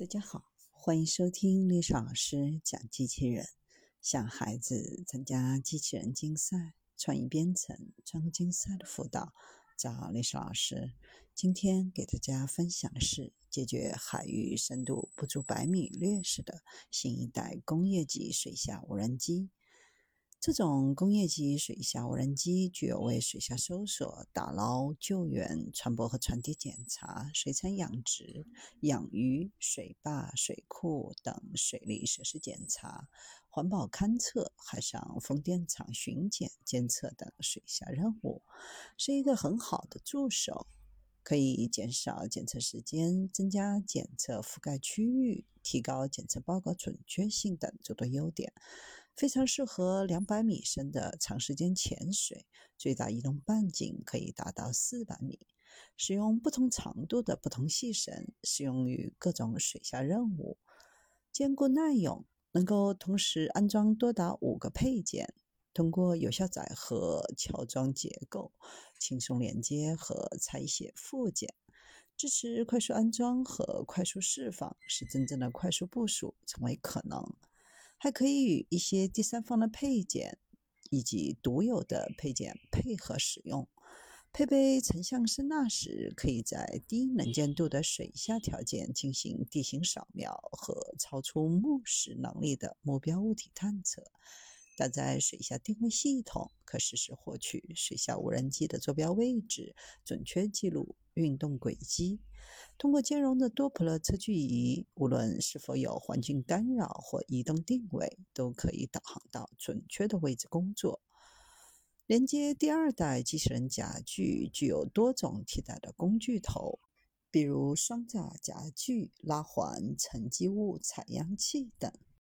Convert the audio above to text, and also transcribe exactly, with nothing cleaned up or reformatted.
大家好，欢迎收听历史老师讲机器人。向孩子参加机器人竞赛、创意编程、创客竞赛的辅导，找历史老师。今天给大家分享的是解决海域深度不足百米劣势的新一代工业级水下无人机。这种工业级水下无人机具有为水下搜索、打捞、救援、船舶和船体检查、水产养殖、养鱼、水坝、水库等水利设施检查、环保勘测、海上风电场巡检、监测等水下任务，是一个很好的助手，可以减少检测时间，增加检测覆盖区域，提高检测报告准确性等诸多优点，非常适合两百米深的长时间潜水，最大移动半径可以达到四百米。使用不同长度的不同细绳，适用于各种水下任务，坚固耐用，能够同时安装多达五个配件，通过有效载荷、乔装结构、轻松连接和拆卸附件，支持快速安装和快速释放，使真正的快速部署成为可能。还可以与一些第三方的配件以及独有的配件配合使用。配备成像声纳时，可以在低能见度的水下条件进行地形扫描和超出目视能力的目标物体探测。搭载水下定位系统，可实时获取水下无人机的坐标位置，准确记录运动轨迹。通过兼容的多普勒测距仪，无论是否有环境干扰或移动定位，都可以导航到准确的位置工作。连接第二代机器人夹具具有多种替代的工具头，比如双闸夹具、拉环、沉积物采样器等。